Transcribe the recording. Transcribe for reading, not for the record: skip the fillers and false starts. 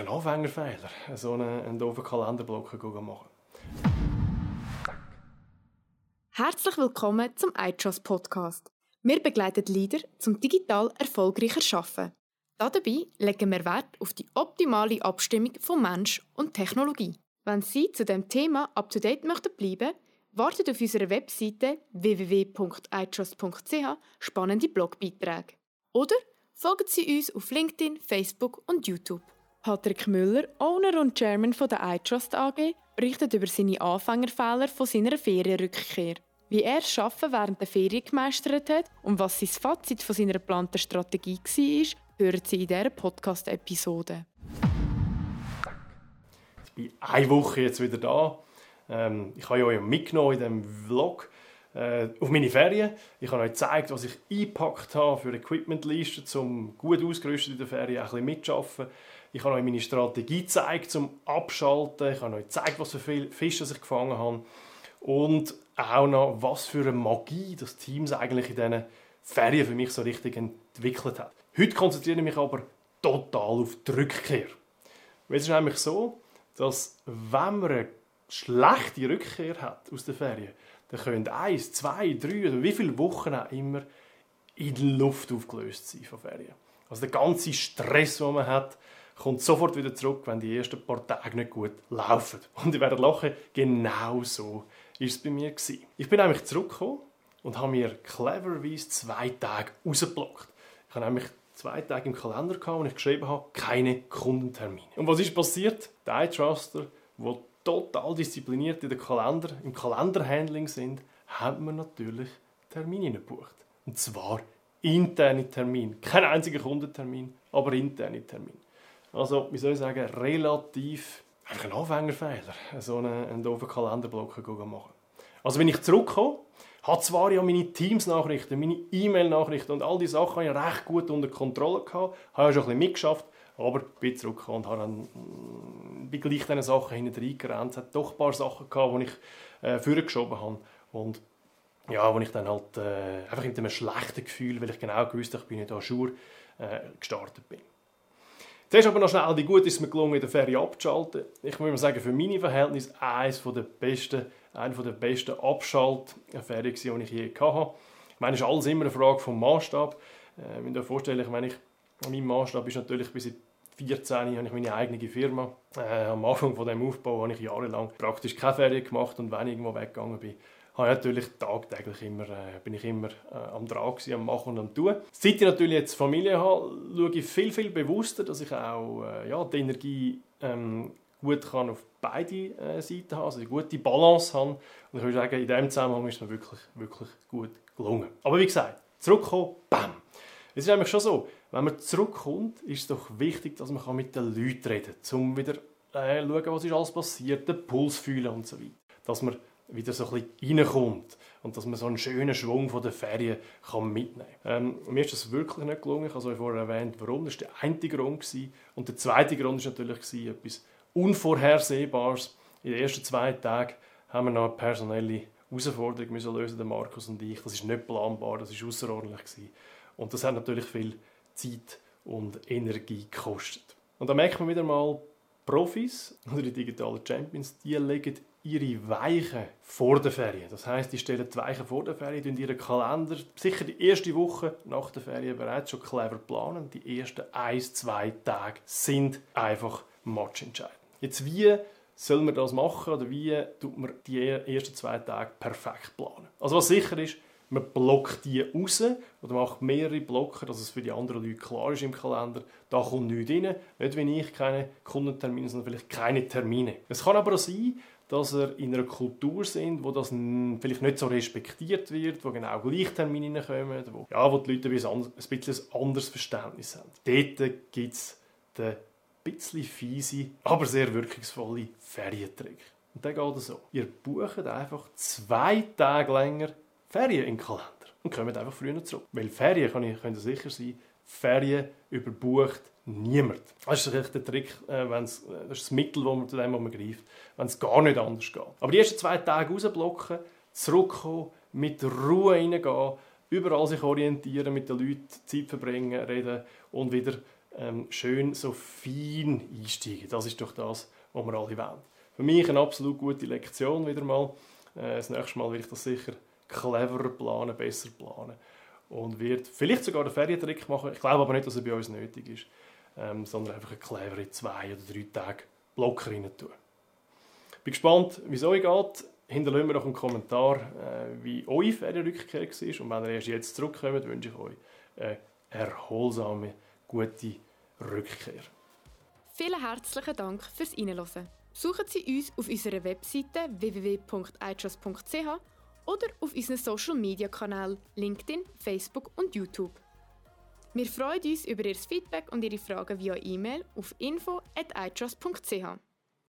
ein Anfängerfehler, so einen doofen Kalenderblock machen. Herzlich willkommen zum iTrust Podcast. Wir begleiten Leader zum digital erfolgreicher Arbeiten. Dabei legen wir Wert auf die optimale Abstimmung von Mensch und Technologie. Wenn Sie zu diesem Thema up-to-date möchten bleiben, wartet auf unserer Webseite www.itrust.ch spannende Blogbeiträge. Oder folgen Sie uns auf LinkedIn, Facebook und YouTube. Patrick Müller, Owner und Chairman der iTrust AG, berichtet über seine Anfängerfehler von seiner Ferienrückkehr. Wie er das Arbeiten während der Ferien gemeistert hat und was sein Fazit von seiner geplanten Strategie war, hören Sie in dieser Podcast-Episode. Ich bin eine Woche jetzt wieder da. Ich habe euch mitgenommen in diesem Vlog auf meine Ferien. Ich habe euch gezeigt, was ich eingepackt habe für Equipmentlisten, um gut ausgerüstet in der Ferien ein bisschen mitzuarbeiten. Ich habe euch meine Strategie gezeigt, zum Abschalten. Ich habe euch gezeigt, was für viele Fische ich gefangen habe. Und auch noch, was für eine Magie das Teams eigentlich in diesen Ferien für mich so richtig entwickelt hat. Heute konzentriere ich mich aber total auf die Rückkehr. Es ist nämlich so, dass wenn man eine schlechte Rückkehr hat aus der Ferien, dann können 1, 2, 3 oder wie viele Wochen auch immer in die Luft aufgelöst sein von Ferien. Also der ganze Stress, den man hat, kommt sofort wieder zurück, wenn die ersten paar Tage nicht gut laufen. Und ihr werdet lachen, genau so war es bei mir. Ich bin nämlich zurückgekommen und habe mir clevererweise 2 Tage rausgeblockt. Ich habe nämlich 2 Tage im Kalender gehabt, wo ich geschrieben habe, keine Kundentermine. Und was ist passiert? Die iTruster, die total diszipliniert im Kalenderhandling sind, haben wir natürlich Termine gebucht. Und zwar interne Termine. Kein einziger Kundentermin, aber interne Termine. Also, wie soll ich sagen, relativ ein Anfängerfehler, so einen doofen Kalenderblock machen. Also, wenn ich zurückkomme, habe zwar ja meine Teams-Nachrichten, meine E-Mail-Nachrichten und all die Sachen recht gut unter Kontrolle gehabt, habe ja schon ein bisschen mitgeschafft, aber bin zurückgekommen und habe dann bei gleich diesen Sachen hinten reingerannt. Es hat doch ein paar Sachen gehabt, die ich vorgeschoben habe und ja, wo ich dann halt einfach mit einem schlechten Gefühl, weil ich genau gewusst habe, ich bin nicht à jour, gestartet bin. Zuerst aber noch schnell, wie gut ist es mir gelungen, in der Ferie abzuschalten. Ich muss mal sagen, für meine Verhältnisse eine der besten Abschaltferien, die ich je hatte. Ich meine, es ist alles immer eine Frage vom Maßstab. Ich muss mir vorstellen, mein Maßstab ist natürlich bis 14 habe ich meine eigene Firma. Am Anfang von dem Aufbau habe ich jahrelang praktisch keine Ferien gemacht und wenn ich irgendwo weggegangen bin, habe ich natürlich tagtäglich bin ich immer am Dran gewesen, am Machen und am Tun. Seit ich natürlich jetzt Familie habe, schaue ich viel bewusster, dass ich auch die Energie gut kann auf beide Seiten haben, also eine gute Balance habe. Und ich würde sagen, in diesem Zusammenhang ist es mir wirklich gut gelungen. Aber wie gesagt, zurückkommen, bam! Es ist nämlich schon so, wenn man zurückkommt, ist es doch wichtig, dass man mit den Leuten reden kann, um wieder schauen, was ist alles passiert, den Puls fühlen und so weiter. Dass man wieder so ein bisschen reinkommt und dass man so einen schönen Schwung von der Ferien mitnehmen kann. Mir ist das wirklich nicht gelungen. Ich habe euch vorher erwähnt, warum. Das war der eine Grund. Und der zweite Grund war natürlich etwas Unvorhersehbares. In den ersten 2 Tagen haben wir noch eine personelle Herausforderung lösen, der Markus und ich. Das ist nicht planbar, das war außerordentlich. Und das hat natürlich viel Zeit und Energie gekostet. Und da merkt man wieder mal, Profis oder die digitalen Champions, die legen ihre Weichen vor der Ferien. Das heisst, die stellen die Weichen vor der Ferien, in ihren Kalender, sicher die erste Woche nach der Ferien bereits schon clever planen. Die ersten 1, 2 Tage sind einfach matchentscheidend. Jetzt, wie soll man das machen oder wie tut man die ersten 2 Tage perfekt planen? Also was sicher ist, man blockt die raus oder macht mehrere Blocker, dass es für die anderen Leute klar ist im Kalender. Da kommt nichts rein. Nicht wie ich, keine Kundentermine, sondern vielleicht keine Termine. Es kann aber auch sein, dass ihr in einer Kultur sind, wo das vielleicht nicht so respektiert wird, wo genau gleich Termine reinkommen, wo die Leute ein bisschen ein anderes Verständnis haben. Dort gibt es den bisschen fiese, aber sehr wirkungsvolle Ferientrick. Und der geht so. Ihr bucht einfach 2 Tage länger Ferien im Kalender und kommt einfach früher zurück. Weil Ferien, könnt ihr sicher sein, Ferien überbucht niemand. Das ist der Trick, das ist das Mittel, zu dem man greift, wenn es gar nicht anders geht. Aber die ersten 2 Tage rausblocken, zurückkommen, mit Ruhe reingehen, überall sich orientieren, mit den Leuten Zeit verbringen, reden und wieder schön so fein einsteigen. Das ist doch das, was wir alle wollen. Für mich eine absolut gute Lektion wieder mal. Das nächste Mal werde ich das sicher cleverer planen, besser planen und wird vielleicht sogar den Ferientrick machen. Ich glaube aber nicht, dass er bei uns nötig ist, sondern einfach eine clevere 2 oder 3 Tage Block rein tun. Bin gespannt, wie es euch geht. Hinterlasst mir doch einen Kommentar, wie eure Ferienrückkehr war. Und wenn ihr erst jetzt zurückkommt, wünsche ich euch eine erholsame, gute Rückkehr. Vielen herzlichen Dank fürs Reinhören. Besuchen Sie uns auf unserer Webseite www.itrust.ch oder auf unseren Social-Media-Kanälen LinkedIn, Facebook und YouTube. Wir freuen uns über Ihr Feedback und Ihre Fragen via E-Mail auf info@itrust.ch.